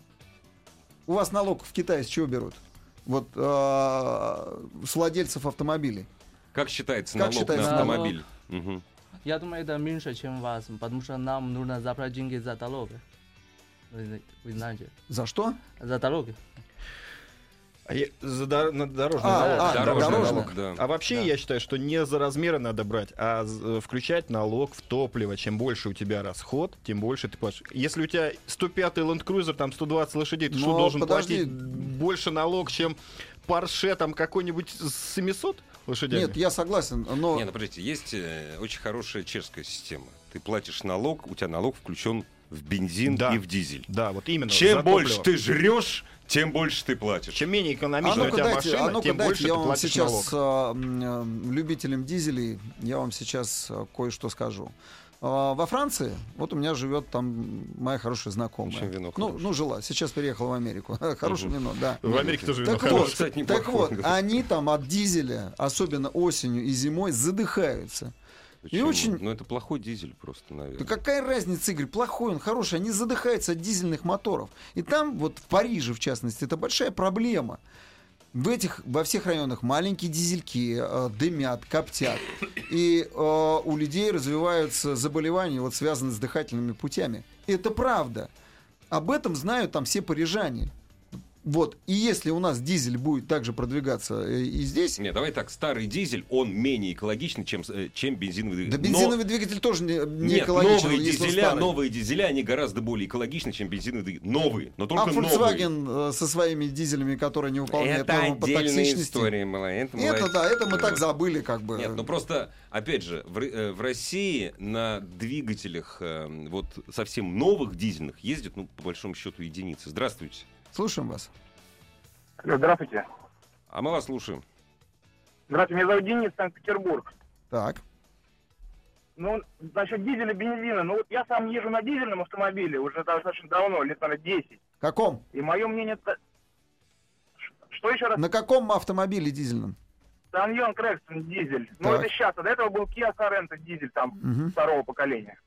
У вас налог в Китае с чего берут? Вот а, с владельцев автомобилей. Как считается Как налог считается на налог? автомобиль? Мгм. Я думаю, это меньше, чем вас, потому что нам нужно забрать деньги за дороги. Вы, вы знаете, За что? за дороги. А я- за дор- на дорожный А, налог. а, Дорожный дорожный. налог, да. А вообще, Да. я считаю, что не за размеры надо брать, а з- включать налог в топливо. Чем больше у тебя расход, тем больше ты платишь. Если у тебя сто пятый Land Cruiser, там сто двадцать лошадей, ты Но что, должен подожди. платить больше налог, чем Porsche там какой-нибудь с семисот лошадями? Нет, я согласен, но Не, ну подождите, есть э, очень хорошая чешская система. Ты платишь налог, у тебя налог включен в бензин Да. и в дизель. Да, вот именно. Чем за больше топливо. ты жрешь, тем больше ты платишь. Чем менее а экономичная у ну-ка тебя дайте, машина, а ну-ка тем дайте, больше я ты вам платишь сейчас налог. а, м, э, любителям дизелей, я вам сейчас а, кое-что скажу. А, во Франции, вот у меня живет там моя хорошая знакомая. Очень вино ну, хорошее. ну, жила, сейчас переехала в Америку. Хорошее вино, да. В Америке тоже вино Так хорошее. вот, Кстати, так неплохое, вот, да. они там от дизеля, особенно осенью и зимой, задыхаются. Почему? очень- Ну это плохой дизель просто, наверное. Да какая разница, Игорь, плохой он, хороший, они задыхаются от дизельных моторов. И там, вот в Париже, в частности, это большая проблема. В этих, во всех районах маленькие дизельки э, дымят, коптят. И э, у людей развиваются заболевания, вот, связанные с дыхательными путями. Это правда. Об этом знают там все парижане. Вот. И если у нас дизель будет также продвигаться э, и здесь... Нет, давай так, старый дизель, он менее экологичный, чем, э, чем бензиновый двигатель. Да бензиновый двигатель тоже не, не Нет, экологичен. новые если он дизеля, старый. новые дизеля, они гораздо более экологичны, чем бензиновые двигатели. Новые, но А только новые. Volkswagen э, со своими дизелями, которые не выполняют Это нормы по отдельная токсичности. история, мала. Это, мала, Это да, это мы так забыли, как бы. Нет, ну просто, опять же, в, Р- э, в России на двигателях э, вот совсем новых дизельных ездят, ну, по большому счету, единицы. Здравствуйте. Слушаем вас. Здравствуйте. А мы вас слушаем. Здравствуйте, меня зовут Денис, Санкт-Петербург. Так. Ну, насчет дизеля, бензина. Ну, вот я сам езжу на дизельном автомобиле уже достаточно давно, лет, наверное, десять. Каком? И мое мнение... та- Ш- Что еще раз? На каком автомобиле дизельном? Саньон Крэкстон дизель. Ну, Так. это сейчас. А до этого был Kia Sorento дизель там Мгм. второго поколения.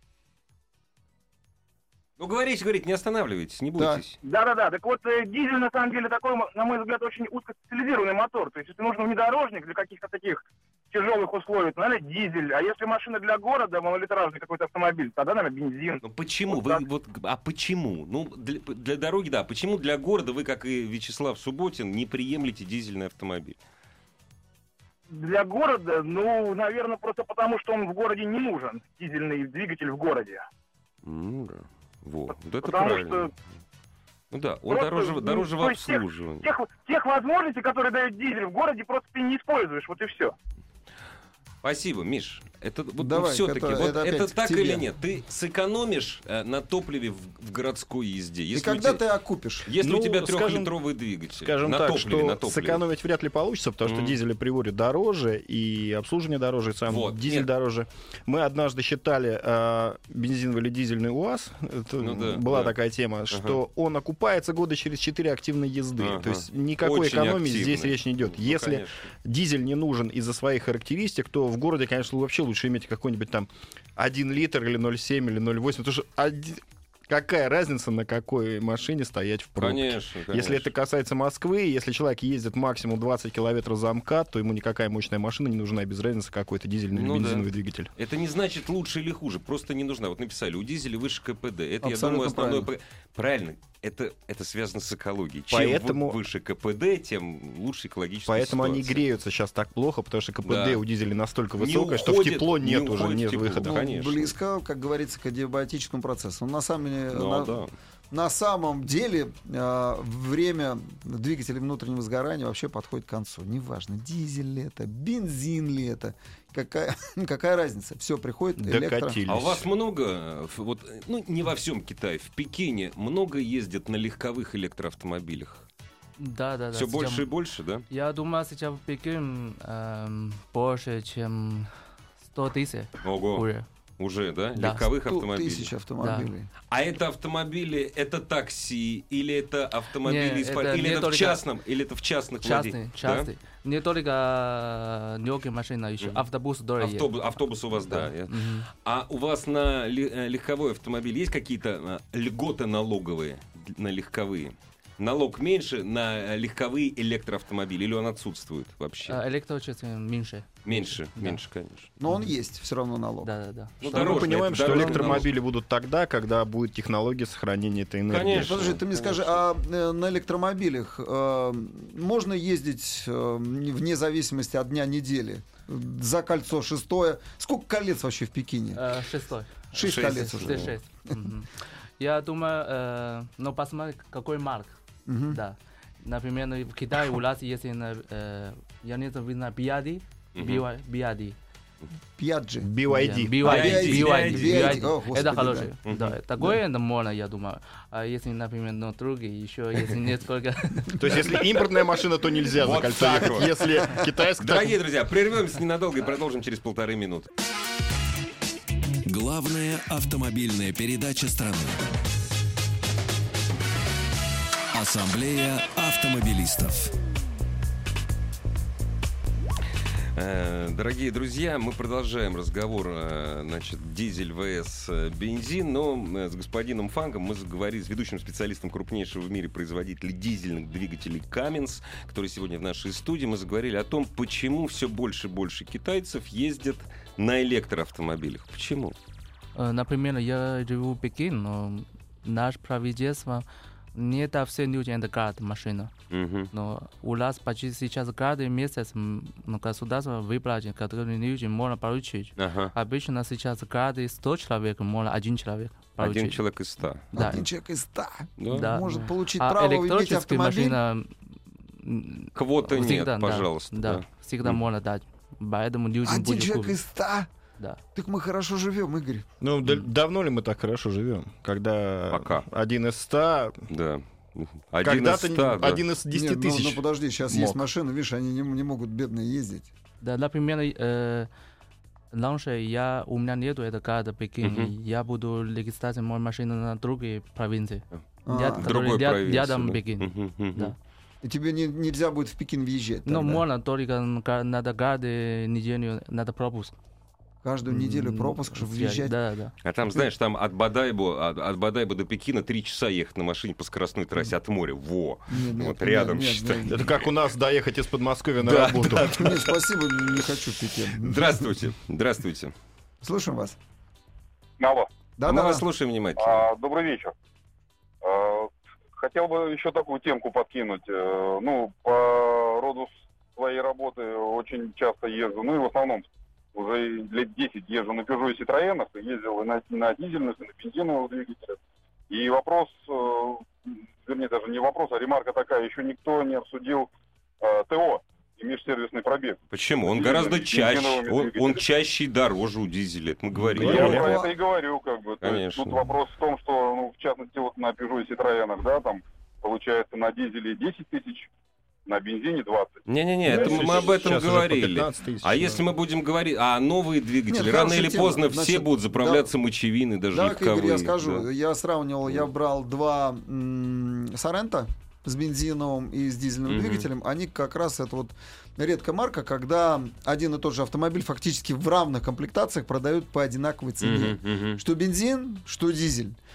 Ну, говорите, говорите, не останавливайтесь, не Да. бойтесь. Да-да-да. Так вот, э, дизель, на самом деле, такой, м- на мой взгляд, очень узкоспециализированный мотор. То есть, если нужен внедорожник для каких-то таких тяжелых условий, то, наверное, дизель. А если машина для города, малолитражный какой-то автомобиль, тогда, наверное, бензин. Ну почему? Вот Вы, так. вот, а почему? Ну, для, для дороги, да. Почему для города вы, как и Вячеслав Субботин, не приемлете дизельный автомобиль? Для города, ну, наверное, просто потому, что он в городе не нужен, дизельный двигатель в городе. Ну да. Во, вот это Потому правильно. что Ну да, он просто, дороже, ну, дороже в то есть тех- обслуживании. Тех, тех возможностей, которые дает дизель в городе, просто ты не используешь, вот и все. Спасибо, Миш. Это вот Давай, все-таки, это- вот это это, опять к так тебе. или нет? Ты сэкономишь э, на топливе в, в городской езде. И Если у когда тебя, ты окупишь? если Ну, у тебя скажем- трехлитровый двигатель Скажем на так, топливе, на что топливе. сэкономить вряд ли получится, потому что Мгм. дизели приводят дороже, и обслуживание дороже, и сам Вот, дизель нет. дороже. Мы однажды считали э, бензиновый или дизельный УАЗ, это Ну да, была да. такая тема, что он окупается года через четыре активной езды. Ага. То есть никакой Очень экономии активный. здесь речь не идет. Ну, Если конечно. дизель не нужен из-за своих характеристик, то в городе, конечно, вообще лучше иметь какой-нибудь там один литр или ноль целых семь или ноль целых восемь, потому что один- Какая разница, на какой машине стоять в пробке? Конечно, конечно. Если это касается Москвы, если человек ездит максимум двадцать километров за МКАД, то ему никакая мощная машина не нужна, без разницы какой-то дизельный Ну или да. бензиновый двигатель. Это не значит лучше или хуже, просто не нужна. Вот написали, у дизеля выше КПД. Это, я Абсолютно думаю, основное... правильно. Правильно. Это, это связано с экологией. Чем Поэтому- вы- выше КПД, тем лучше экологическая Поэтому ситуация. они греются сейчас так плохо, потому что КПД Да. у дизелей настолько Не высокое, что в уходит- тепло не нет уже, уходит в нет тепло. выхода. Ну, конечно. близко, как говорится, к адиабатическому процессу. На самом деле, Ну, на, да. на самом деле э, время двигателей внутреннего сгорания вообще подходит к концу. Неважно, дизель ли это, бензин ли это, какая, какая разница. Все, приходит электро. Докатились. А у вас много, э, ф- вот, э, ну, не во всем Китае, в Пекине много ездят на легковых электроавтомобилях? Да, да, да. Все сейчас- больше и больше, да? Я думаю, сейчас в Пекине эм, больше, чем сто тысяч Ого, уже. уже, да? Да. Легковых сто автомобилей. тысяч автомобилей. А это автомобили, это такси, или это автомобили, Не, из пар- это или не это в только- частном, или это в частных Частный, владениях? частный. Не только э, легкие машины, еще Мгм. автобус Да? тоже есть. Автобус, автобус у вас, да. Я- Мгм. А у вас на ле- э, легковой автомобиль есть какие-то э, льготы налоговые на легковые? Налог меньше на э, легковые электроавтомобили, или он отсутствует вообще? Э, Электро чуть меньше. Меньше, да. меньше, конечно. Но он есть все равно налог. Да, да, да. Ну, Что мы дорожный, понимаем, это что дорожный электромобили будут тогда, когда будет технология сохранения этой энергии. Конечно. Подожди, ты мне скажи, а э, на электромобилях э, можно ездить э, вне зависимости от дня недели? За кольцо шестое. Сколько колец вообще в Пекине? Э, Шестой. Шесть шесть. колец уже. Шесть, шесть. Мгм. Я думаю, э, ну посмотри, какой марк. Мгм. Да. Например, ну, в Китае у нас есть, э, я не знаю, видно, би ай ди, Мгм. би вай ди. Пьяджи. би вай ди. би вай ди, би ай ди, би вай ди, би ай ди. би вай ди. О, господи, Это хорошее. да. Да. Мгм. Такое это можно, я думаю. А если, например, ну, другие, еще если несколько... То есть, если импортная машина, то нельзя за Вот кольцо так ехать. вот. Если китайская... Дорогие друзья, прервемся ненадолго и продолжим через полторы минуты. Главная автомобильная передача страны. Ассамблея автомобилистов. Э, Дорогие друзья, мы продолжаем разговор, э, значит, дизель vs э, бензин, но э, с господином Фангом мы заговорили с ведущим специалистом крупнейшего в мире производителя дизельных двигателей Cummins, который сегодня в нашей студии. Мы заговорили о том, почему все больше и больше китайцев ездят на электроавтомобилях. Почему? Э, Например, я живу в Пекине, но наше правительство не дает все люди эндокард машину. Мгм. Но у нас почти сейчас каждый месяц м, ну, государство выплатит, которые люди можно получить. Ага. Обычно сейчас каждый сто человек можно один человек получить. Один человек из ста. Да. Один человек из ста Да? Да. может получить А право иметь электрическая автомобиль. машина м, Квоты нет, всегда, да, пожалуйста. Да, да. всегда М. можно дать. Поэтому людям Один будет человек купить. из ста. Да. Так мы хорошо живем, Игорь. Ну, да- давно ли мы так хорошо живем? Когда Пока. один из ста... Да. Один из Когда-то ста, да. один из десяти Нет, ну- тысяч. Ну, подожди, сейчас мог. есть машины, видишь, они не, не могут бедные ездить. Да, например, э, раньше я, у меня нету этой карты в Пекине. Мгм. Я буду регистрировать мою машину на другие провинции. А, Я- В который другой ря- провинции, рядом да. Пекин. Мгм, мгм. Да. И тебе не- нельзя будет в Пекин въезжать. Но тогда. можно только ка- надо каждую неделю надо пропуск. Каждую неделю М, пропуск, чтобы взять. въезжать. Да, да. А там, знаешь, там от Бадайбу, от, от Бадайбу до Пекина три часа ехать на машине по скоростной трассе от моря. Во! Нет, нет, Вот нет, рядом, нет, считай. нет, Это как у нас доехать из Подмосковья на Да, работу. да. Нет, спасибо, не хочу в Пекин. Здравствуйте. Здравствуйте. Слушаем вас. Алло. Да, Мы да, вас да. слушаем внимательно. А, добрый вечер. А, хотел бы еще такую темку подкинуть. Э, Ну, по роду своей работы очень часто езжу, ну и в основном уже лет десять езжу на Peugeot и Citroёnах, и ездил и на, и на дизельных, и на бензиновых двигателях. И вопрос, э, вернее, даже не вопрос, а ремарка такая, еще никто не обсудил э, ТО и межсервисный пробег. Почему? Он Бензиновыми- гораздо чаще. бензиновыми Он, он двигателями. чаще и дороже у дизеля. Это мы говорили. Я Говорили. про это и говорю, как бы. То есть Конечно. тут вопрос в том, что, ну, в частности, вот на Peugeot и Citroёnах, да, там, получается, на дизеле десять тысяч, на бензине двадцать. Не-не-не, это мы, мы об этом Сейчас уже по говорили. пятнадцать тысяч, А да. если мы будем говорить, а новые двигатели, Нет, рано хорошая или тема. поздно все Значит, будут заправляться мочевины, даже Так, легковые. Игорь, я скажу. да. Я сравнивал, я брал два м, Соренто с бензиновым и с дизельным Мгм. двигателем. Они как раз, это вот редкая марка, когда один и тот же автомобиль фактически в равных комплектациях продают по одинаковой цене. Мгм, мгм. Что бензин, что дизель.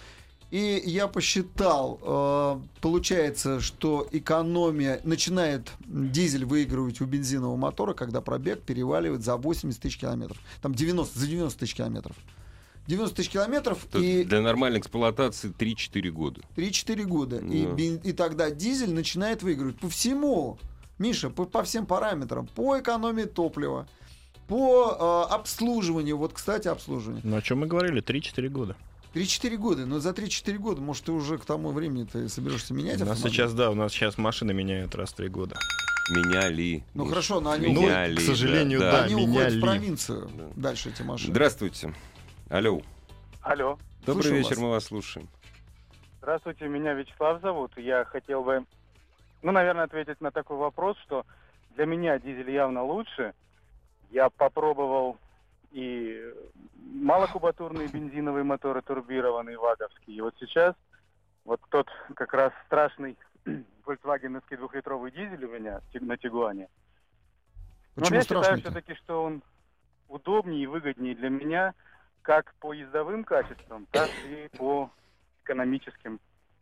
И я посчитал, э, получается, что экономия, начинает дизель выигрывать у бензинового мотора, когда пробег переваливает за восемьдесят тысяч километров. Там девяносто, за девяносто тысяч километров. девяносто тысяч километров. И для нормальной эксплуатации три-четыре года. три-четыре года. Да. И, бен- и тогда дизель начинает выигрывать по всему. Миша, по, по всем параметрам. По экономии топлива, по э, обслуживанию. Вот, кстати, обслуживание. Ну, о чем мы говорили? три-четыре года. три-четыре года. Но за три-четыре года, может, ты уже к тому времени ты соберешься менять У нас автомобиль? сейчас, да, у нас сейчас машины меняют раз в три года. Меняли. Ну Миш, хорошо, но они, меняли, Ну, к сожалению, да, да. они меняли. уходят в провинцию. Да. Дальше эти машины. Здравствуйте. Алло. Алло. Добрый Слушаю вечер, вас. мы вас слушаем. Здравствуйте, меня Вячеслав зовут. Я хотел бы, ну, наверное, ответить на такой вопрос, что для меня дизель явно лучше. Я попробовал и малокубатурные бензиновые моторы турбированные, ваговские. И вот сейчас вот тот как раз страшный фольксвагеновский двухлитровый дизель у меня на Тигуане. Но Почему я считаю страшный-то? все-таки, что он удобнее и выгоднее для меня как по ездовым качествам, так и по экономическим,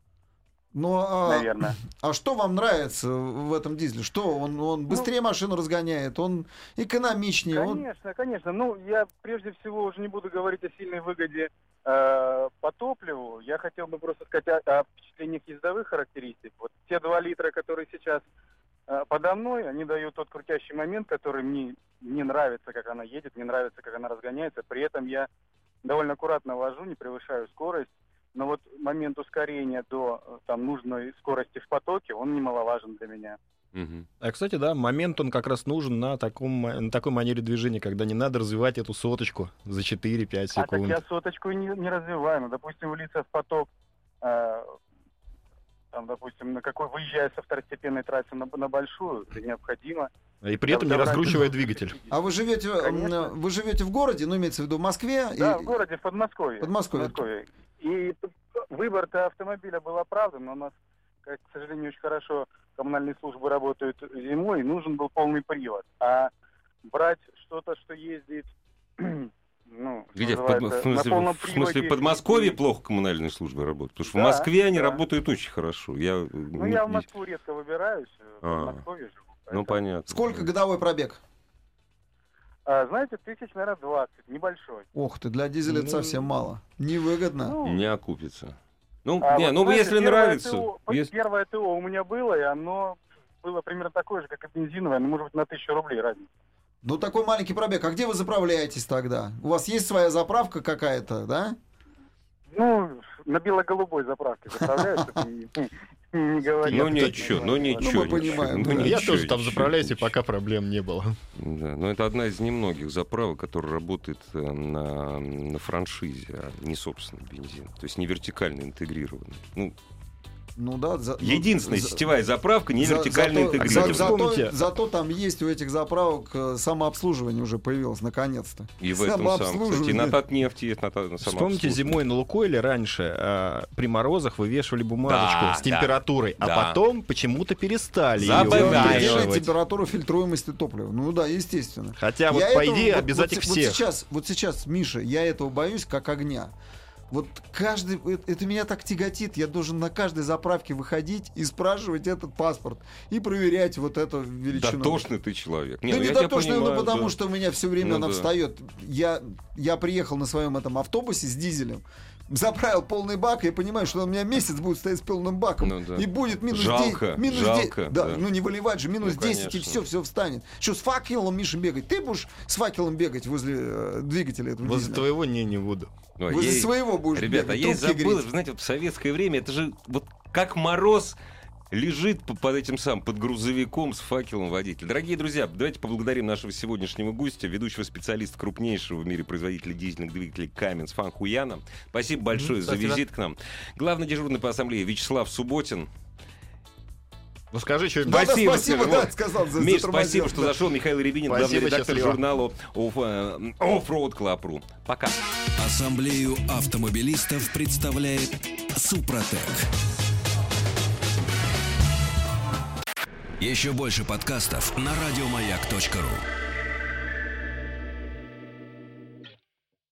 Ну, а, наверное. а что вам нравится в этом дизеле? Что, он, он быстрее машину разгоняет, он экономичнее, он... Конечно, конечно. Ну, я прежде всего уже не буду говорить о сильной выгоде э, по топливу. Я хотел бы просто сказать о, о впечатлениях ездовых характеристик. Вот те два литра, которые сейчас э, подо мной, они дают тот крутящий момент, который мне не нравится, как она едет, не нравится, как она разгоняется. При этом я довольно аккуратно вожу, не превышаю скорость. Но вот момент ускорения до там, нужной скорости в потоке, он немаловажен для меня. Мгм. А, кстати, да, момент он как раз нужен на, таком, на такой манере движения, когда не надо развивать эту соточку за четыре-пять А так секунд. я соточку и не, не развиваю. Ну, допустим, влиться в поток, э, там, допустим, на какой, выезжая со второстепенной трассы на, на большую, это необходимо. И при этом не Добрать разгруживая до двигатель. А вы живете, Конечно. м, вы живете в городе, ну, имеется в виду в Москве? Да, и- в городе, в Подмосковье. Подмосковье. В Подмосковье. И выбор-то автомобиля был оправдан, но у нас, как, к сожалению, очень хорошо коммунальные службы работают зимой, и нужен был полный привод. А брать что-то, что ездит, ну, что Где? В, Под- называется, в смысле, на полном в смысле, в приводе. Подмосковье И- плохо коммунальные службы работают? Потому что в Да, Москве они да. работают очень хорошо. Я, э, Ну, не- я в не- Москву редко выбираюсь, в А. Подмосковье живу. Ну, поэтому- понятно. Сколько годовой пробег? А, знаете, тысяч, наверное, двадцать, небольшой. Ох ты, для дизеля это Ну, совсем мало. Невыгодно. Ну, Не окупится. Ну, а не, вот, ну знаете, если первое нравится. ТО, если- Первое ТО у меня было, и оно было примерно такое же, как и бензиновое, ну, может быть, на тысячу рублей разница. Ну, такой маленький пробег. А где вы заправляетесь тогда? У вас есть своя заправка какая-то, да? Ну, на бело-голубой заправке заправляюсь, чтобы не, не говорить. Ну ничего, ну ничего. Ну, мы ничего. понимаем, Ну, да. Я ничего, тоже там ничего, заправляюсь, и ничего. пока проблем не было. Да, но это одна из немногих заправок, которая работает э, на, на франшизе, а не собственный бензин. То есть не вертикально интегрированный. Ну, Ну да. За, ну, единственная за- сетевая заправка не за- вертикально зато- интегрированная. за- зато, Вспомните. зато там есть у этих заправок э, самообслуживание уже появилось наконец-то. И в этом самом, кстати, и Самообслуживание. на Татнефти есть на, та- на Вспомните, самообслуживание. зимой на Лукойле раньше а, при морозах вывешивали бумажечку Да, с температурой, да. а потом почему-то перестали Забываешь. ее Делать вывешивать. температуру фильтруемости топлива. Ну да, естественно. Хотя вот, Я по этого- идее, вот- обязательно вот, вот всех. сейчас, вот сейчас, Миша, я этого боюсь как огня. Вот каждый, это, это меня так тяготит, я должен на каждой заправке выходить и спрашивать этот паспорт и проверять вот эту величину. Дотошный ты человек. Да ну, не я тебя дотошный, ну понимаю, потому да. что у меня все время Ну она да. встает. Я, я приехал на своем этом автобусе с дизелем, заправил полный бак, я понимаю, что он у меня месяц будет стоять с полным баком. Ну да. И будет минус Жалко, десять. Минус жалко, десять. Да, да. ну не выливать же, минус Ну, десять, и конечно. все, все встанет. Что, с факелом, Миша, бегать? Ты будешь с факелом бегать возле э, двигателя этого Возле дизеля? твоего не, не буду. Ой, Возле я- своего будешь Ребята, бегать, я и трубки забыл, греть. вы знаете, вот в советское время это же вот как мороз лежит по- под этим самым, под грузовиком с факелом водитель. Дорогие друзья, давайте поблагодарим нашего сегодняшнего гостя, ведущего специалиста крупнейшего в мире производителя дизельных двигателей Каменс Фан Хуяна. Спасибо большое за спасибо. визит к нам. Главный дежурный по ассамблее Вячеслав Субботин. Ну скажи что-нибудь. Да, да, Спасибо, спасибо, скажи. да, Вот. сказал, за- Миш, затормозил, спасибо, что да. зашел. Михаил Рябинин, главный Спасибо, редактор счастливо. журнала Off- э, Offroad Club точка ру. Пока. Ассамблею автомобилистов представляет Супротек. Еще больше подкастов на радиомаяк точка ру.